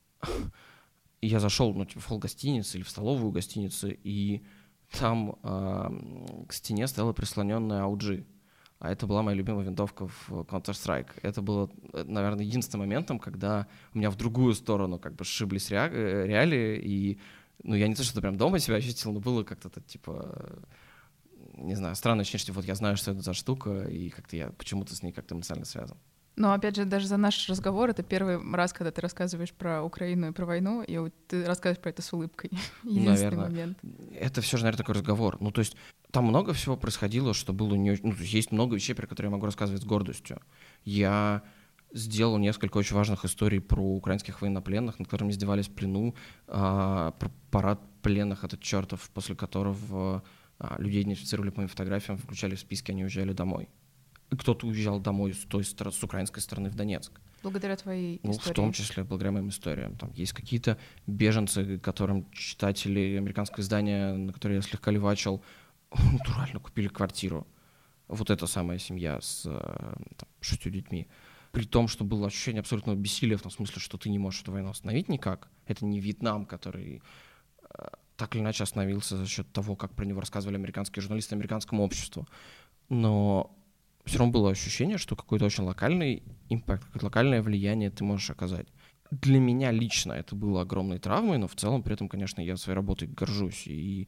B: я зашел, ну, типа, в холл гостиницы или в столовую гостиницы, и там к стене стояла прислоненная OG. а это была моя любимая винтовка в Counter-Strike. Это было, наверное, единственным моментом, когда у меня в другую сторону как бы сшиблись реалии, и, ну, я не то, что прям дома себя ощутил, но было как-то, типа, не знаю, странно ощущение, что вот я знаю, что это за штука, и как-то я почему-то с ней как-то эмоционально связан.
A: Но, опять же, даже за наш разговор, это первый раз, когда ты рассказываешь про Украину и про войну, и ты рассказываешь про это с улыбкой. Единственный момент.
B: Это все же, наверное, такой разговор. Ну, то есть там много всего происходило, что было не очень... Ну, то есть есть много вещей, про которые я могу рассказывать с гордостью. Я сделал несколько очень важных историй про украинских военнопленных, над которыми издевались в плену, про парад пленных этот чертов, после которого людей идентифицировали по моим фотографиям, включали в списки, они уезжали домой. Кто-то уезжал домой с украинской стороны в Донецк.
A: Благодаря твоей истории.
B: В том числе благодаря моим историям. Там есть какие-то беженцы, которым читатели американского издания, на которые я слегка левачил, натурально купили квартиру. Вот эта самая семья с 6 детьми. При том, что было ощущение абсолютного бессилия, в том смысле, что ты не можешь эту войну остановить никак. Это не Вьетнам, который так или иначе остановился за счет того, как про него рассказывали американские журналисты американскому обществу. Но все равно было ощущение, что какой-то очень локальный импакт, какое-то локальное влияние ты можешь оказать. Для меня лично это было огромной травмой, но в целом при этом, конечно, я своей работой горжусь. И,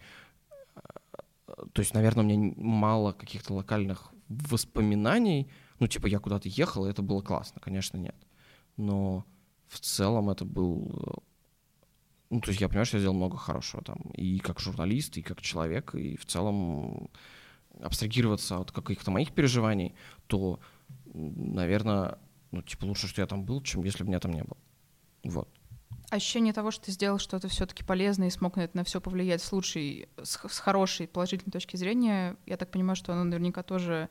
B: то есть, наверное, у меня мало каких-то локальных воспоминаний. Ну, типа, я куда-то ехал, и это было классно. Конечно, нет. Но в целом это был... Ну, то есть я понимаю, что я сделал много хорошего там. И как журналист, и как человек, и в целом... абстрагироваться от каких-то моих переживаний, то, наверное, ну, типа, лучше, что я там был, чем если бы меня там не было. Вот.
A: Ощущение того, что ты сделал что-то все-таки полезное и смог на это на все повлиять с хорошей, положительной точки зрения, я так понимаю, что оно наверняка тоже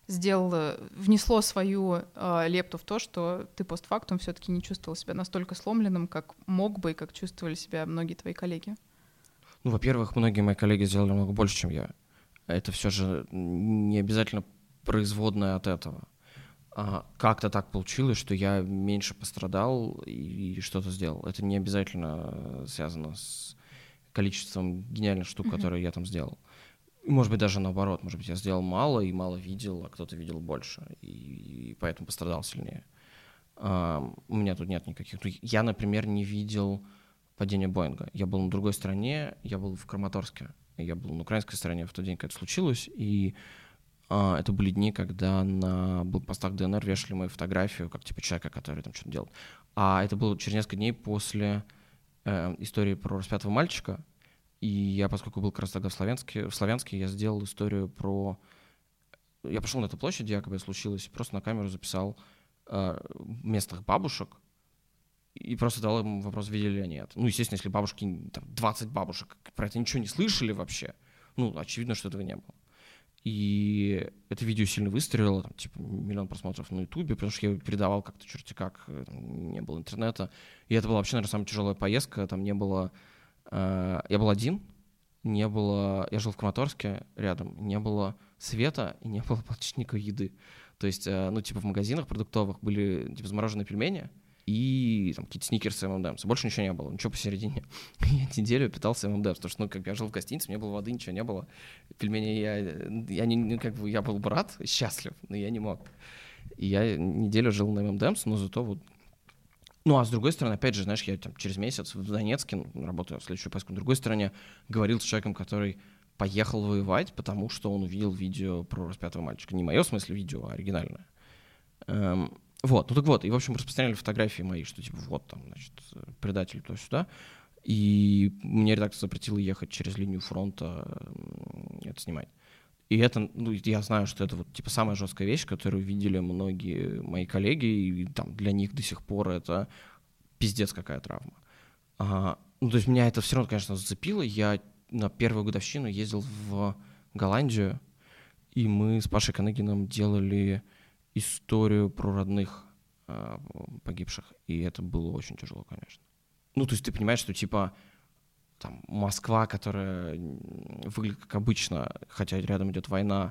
A: внесло свою лепту в то, что ты постфактум все-таки не чувствовал себя настолько сломленным, как мог бы и как чувствовали себя многие твои коллеги.
B: Ну, во-первых, многие мои коллеги сделали много больше, чем я. Это все же не обязательно производное от этого. Как-то так получилось, что я меньше пострадал и что-то сделал. Это не обязательно связано с количеством гениальных штук, которые я там сделал. Может быть, даже наоборот. Может быть, я сделал мало и мало видел, а кто-то видел больше, и поэтому пострадал сильнее. У меня тут нет никаких... Я, например, не видел падения Боинга. Я был на другой стороне, я был в Краматорске. Я был на украинской стороне в тот день, когда это случилось, и это были дни, когда на блокпостах ДНР вешали мою фотографию, как типа человека, который там что-то делал. А это было через несколько дней после истории про распятого мальчика, и я, поскольку был как раз тогда в Славянске, я сделал историю про... Я пошел на эту площадь, якобы случилось, просто на камеру записал местных бабушек, и просто дал им вопрос, видели ли они это. Ну, естественно, если бабушки, там, 20 бабушек про это ничего не слышали вообще, ну, очевидно, что этого не было. И это видео сильно выстрелило, там, типа, 1 миллион просмотров на Ютубе, потому что я его передавал как-то черти как, там, не было интернета. И это была вообще, наверное, самая тяжелая поездка, там не было... Я был один, не было... Я жил в Краматорске рядом, не было света и не было почти никакой еды. То есть, ну, типа, в магазинах продуктовых были, типа, замороженные пельмени, и там какие-то сникерсы, ММДМс. Больше ничего не было, ничего посередине. Я неделю питался ММДМс, потому что, ну, как бы я жил в гостинице, мне было воды, ничего не было. Пельмени я был бы рад, счастлив, но я не мог. И я неделю жил на ММДМс, но зато вот... Ну, а с другой стороны, опять же, знаешь, я там через месяц в Донецке, работаю в следующую поездку, на другой стороне, говорил с человеком, который поехал воевать, потому что он увидел видео про распятого мальчика. Не мое, в смысле, видео, а оригинальное. Вот, ну так вот, и, в общем, распространяли фотографии мои, что, типа, вот там, значит, предатель туда-сюда, и мне редактор запретила ехать через линию фронта это снимать. И это, ну, я знаю, что это вот, типа, самая жесткая вещь, которую видели многие мои коллеги, и там для них до сих пор это пиздец какая травма. Ну, то есть меня это все равно, конечно, зацепило. Я на первую годовщину ездил в Голландию, и мы с Пашей Каныгиным делали историю про родных погибших, и это было очень тяжело, конечно. Ну, то есть ты понимаешь, что, типа, там, Москва, которая выглядит как обычно, хотя рядом идет война,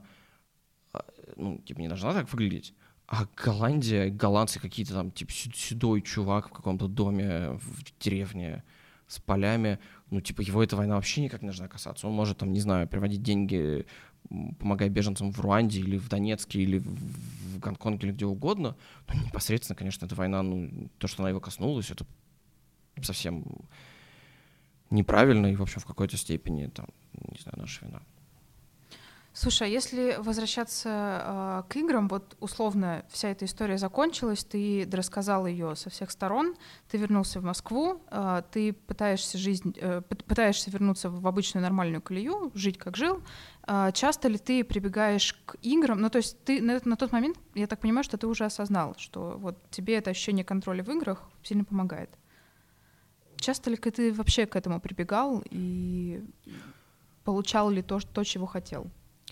B: ну, типа, не должна так выглядеть, а Голландия, голландцы какие-то там, типа, седой чувак в каком-то доме в деревне с полями, ну, типа, его эта война вообще никак не должна касаться. Он может, там, не знаю, приводить деньги помогая беженцам в Руанде или в Донецке или в Гонконге или где угодно, ну, непосредственно, конечно, эта война, ну, то, что она его коснулась, это совсем неправильно и, в общем, в какой-то степени, там, не знаю, наша вина.
A: Слушай, а если возвращаться к играм, вот условно вся эта история закончилась, ты рассказал ее со всех сторон, ты вернулся в Москву, ты пытаешься вернуться в обычную нормальную колею, жить как жил. Часто ли ты прибегаешь к играм? Ну, то есть ты на тот момент, я так понимаю, что ты уже осознал, что вот тебе это ощущение контроля в играх сильно помогает. Часто ли ты вообще к этому прибегал и получал ли то, чего хотел?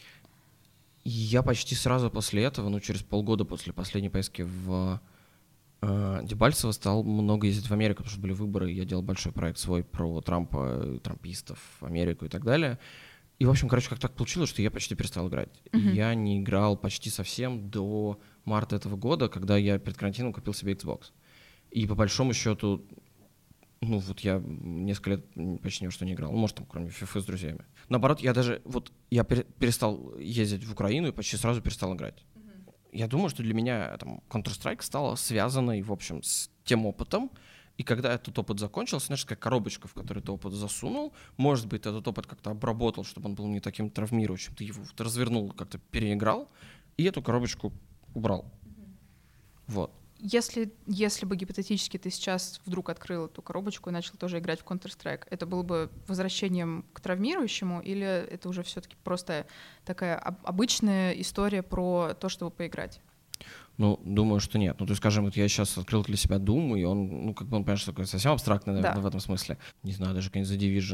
B: Я почти сразу после этого, ну, через полгода после последней поездки в Дебальцево стал много ездить в Америку, потому что были выборы, я делал большой проект свой про Трампа, трампистов, Америку и так далее. И, в общем, короче, как так получилось, что я почти перестал играть. Я не играл почти совсем до марта этого года, когда я перед карантином купил себе Xbox. И по большому счету, ну, вот я несколько лет почти ни во что не играл. Ну, может, там, кроме FIFA с друзьями. Наоборот, я перестал ездить в Украину и почти сразу перестал играть. Я думаю, что для меня там Counter-Strike стало связанной, в общем, с тем опытом. И когда этот опыт закончился, знаешь, как коробочка, в которую ты опыт засунул, может быть, этот опыт как-то обработал, чтобы он был не таким травмирующим. Ты его развернул, как-то переиграл, и эту коробочку убрал. Вот.
A: Если бы гипотетически ты сейчас вдруг открыл эту коробочку и начал тоже играть в Counter-Strike, это было бы возвращением к травмирующему, или это уже все-таки просто такая обычная история про то, чтобы поиграть?
B: Ну, думаю, что нет. Ну, то есть, скажем, вот я сейчас открыл для себя Doom, и он, ну, как бы он, понимаешь, такой совсем абстрактный, наверное, в этом смысле. Не знаю, даже какой-нибудь The Division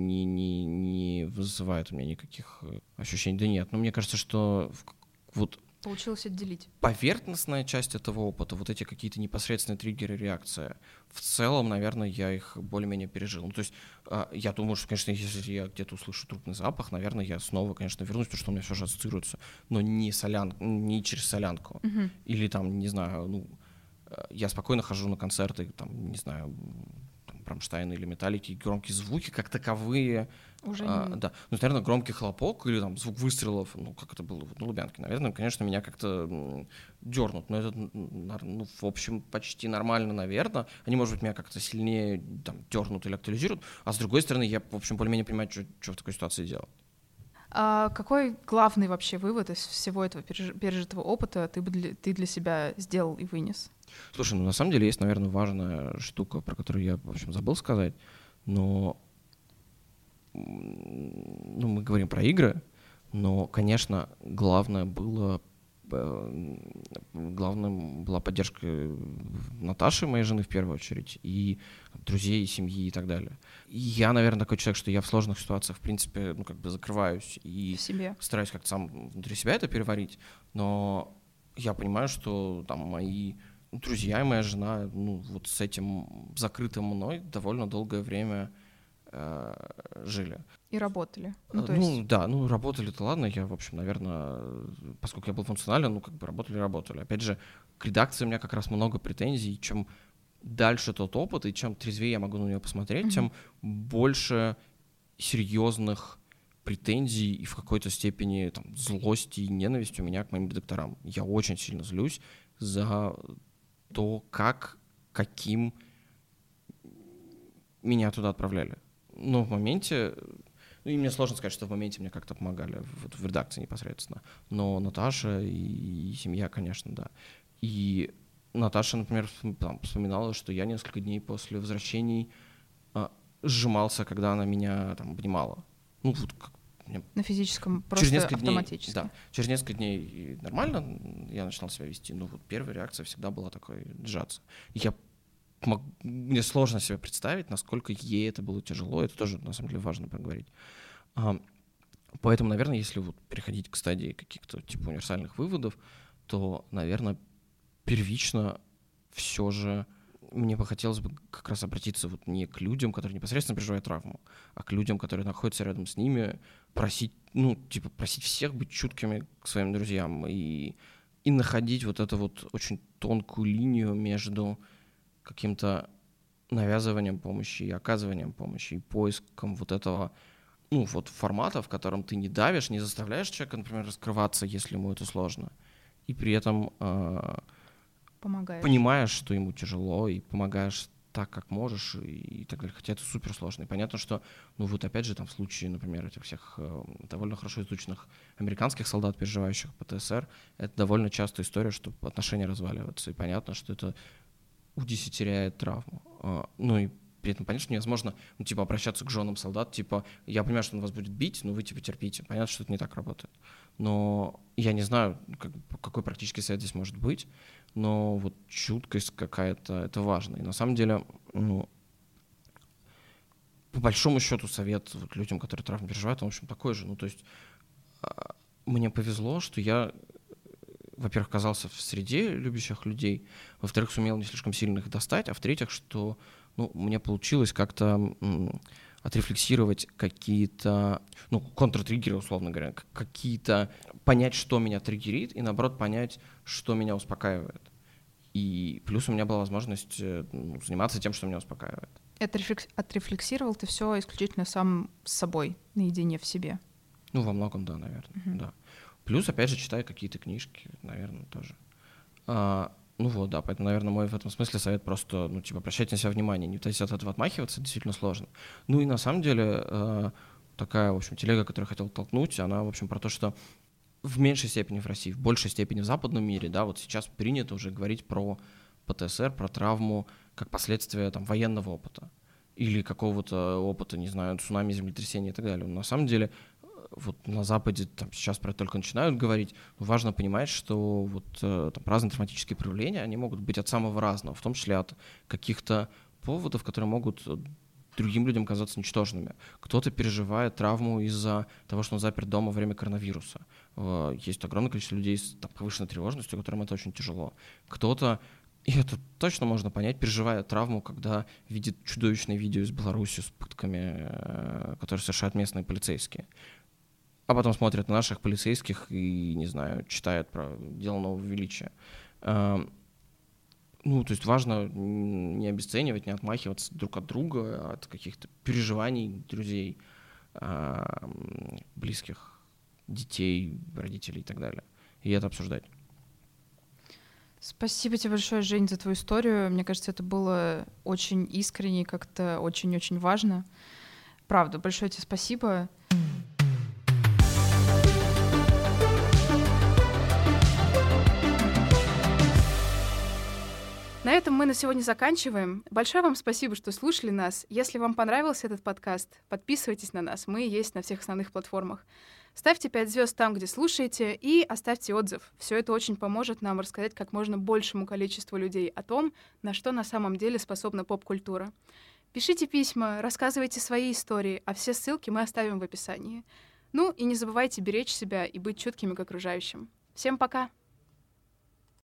B: не вызывает у меня никаких ощущений. Да нет, но мне кажется, что вот
A: получилось отделить.
B: Поверхностная часть этого опыта, вот эти какие-то непосредственные триггеры, реакции, в целом, наверное, я их более-менее пережил. Ну, то есть я думаю, что, конечно, если я где-то услышу трупный запах, наверное, я снова, конечно, вернусь, потому что у меня все же ассоциируется, но не через солянку. Или там, не знаю, ну, я спокойно хожу на концерты, там, не знаю, Рамштайна или Металлики, громкие звуки как таковые.
A: Уже
B: да. Ну, наверное, громкий хлопок или там звук выстрелов, ну, как это было на Лубянке, наверное, конечно, меня как-то дернут. Но это, ну, в общем, почти нормально, наверное. Они, может быть, меня как-то сильнее там дернут или актуализируют. А с другой стороны, я, в общем, более-менее понимаю, что в такой ситуации делать.
A: А какой главный вообще вывод из всего этого пережитого опыта ты для себя сделал и вынес?
B: Слушай, ну на самом деле есть, наверное, важная штука, про которую я, в общем, забыл сказать, но ну, мы говорим про игры, но, конечно, главным была поддержка Наташи, моей жены, в первую очередь, и друзей, и семьи и так далее. И я, наверное, такой человек, что я в сложных ситуациях, в принципе, ну, как бы закрываюсь и стараюсь как-то сам внутри себя это переварить, но я понимаю, что там мои друзья и моя жена, ну, вот с этим закрытым мной довольно долгое время жили.
A: И работали.
B: Да, работали-то ладно, я, в общем, наверное, поскольку я был функционален, ну, как бы работали. Опять же, к редакции у меня как раз много претензий, чем дальше тот опыт, и чем трезвее я могу на него посмотреть, тем больше серьезных претензий и в какой-то степени там, злости и ненависти у меня к моим редакторам. Я очень сильно злюсь за то, каким меня туда отправляли. Но в моменте, ну и мне сложно сказать, что в моменте мне как-то помогали в редакции непосредственно, но Наташа и семья, конечно, да. И Наташа, например, вспоминала, что я несколько дней после возвращений сжимался, когда она меня там обнимала. Ну, вот как
A: на физическом, просто автоматически.
B: Да, через несколько дней нормально я начинал себя вести, но вот первая реакция всегда была такой сжаться. Мне сложно себе представить, насколько ей это было тяжело, это тоже, на самом деле, важно проговорить. Поэтому, наверное, если вот переходить к стадии каких-то типа универсальных выводов, то, наверное, первично все же мне бы хотелось бы как раз обратиться вот не к людям, которые непосредственно переживают травму, а к людям, которые находятся рядом с ними, просить всех быть чуткими к своим друзьям и находить вот эту вот очень тонкую линию между каким-то навязыванием помощи и оказыванием помощи, и поиском вот этого вот формата, в котором ты не давишь, не заставляешь человека, например, раскрываться, если ему это сложно, и при этом понимаешь, что ему тяжело, и помогаешь так, как можешь, и так далее. Хотя это супер сложно. И понятно, что, вот опять же, там в случае, например, этих всех довольно хорошо изученных американских солдат, переживающих ПТСР, это довольно частая история, что отношения разваливаются. И понятно, что это удесятеряет травму. И при этом понятно, что невозможно, обращаться к женам солдат, я понимаю, что он вас будет бить, но вы, терпите. Понятно, что это не так работает. Но я не знаю, какой практический совет здесь может быть, но вот чуткость какая-то, это важно. И на самом деле, по большому счету, совет людям, которые травму переживают, он, в общем, такой же. То есть мне повезло, что я, во-первых, оказался в среде любящих людей, во-вторых, сумел не слишком сильно их достать, а в-третьих, что мне получилось как-то отрефлексировать какие-то, контртриггеры, условно говоря, понять, что меня триггерит, и, наоборот, понять, что меня успокаивает. И плюс у меня была возможность заниматься тем, что меня успокаивает.
A: Отрефлексировал ты все исключительно сам с собой, наедине в себе?
B: Во многом, да, наверное, да. Плюс, опять же, читаю какие-то книжки, наверное, тоже. Да, поэтому, наверное, мой в этом смысле совет просто, обращайте на себя внимание, не пытайтесь от этого отмахиваться, действительно сложно. И на самом деле такая, в общем, телега, которую я хотел толкнуть, она, в общем, про то, что в меньшей степени в России, в большей степени в западном мире, да, вот сейчас принято уже говорить про ПТСР, про травму как последствия военного опыта или какого-то опыта, не знаю, цунами, землетрясения и так далее. Но на самом деле вот на Западе сейчас про это только начинают говорить, но важно понимать, что разные травматические проявления, они могут быть от самого разного, в том числе от каких-то поводов, которые могут другим людям казаться ничтожными. Кто-то переживает травму из-за того, что он заперт дома во время коронавируса. Есть огромное количество людей с повышенной тревожностью, которым это очень тяжело. Кто-то, и это точно можно понять, переживает травму, когда видит чудовищное видео из Беларуси с пытками, которые совершают местные полицейские. А потом смотрят на наших полицейских и, не знаю, читают про дело нового величия. То есть важно не обесценивать, не отмахиваться друг от друга, от каких-то переживаний друзей, близких, детей, родителей и так далее. И это обсуждать.
A: Спасибо тебе большое, Жень, за твою историю. Мне кажется, это было очень искренне и как-то очень-очень важно. Правда, большое тебе спасибо. На этом мы на сегодня заканчиваем. Большое вам спасибо, что слушали нас. Если вам понравился этот подкаст, подписывайтесь на нас. Мы есть на всех основных платформах. Ставьте 5 звезд там, где слушаете, и оставьте отзыв. Все это очень поможет нам рассказать как можно большему количеству людей о том, на что на самом деле способна поп-культура. Пишите письма, рассказывайте свои истории, а все ссылки мы оставим в описании. И не забывайте беречь себя и быть чуткими к окружающим. Всем пока!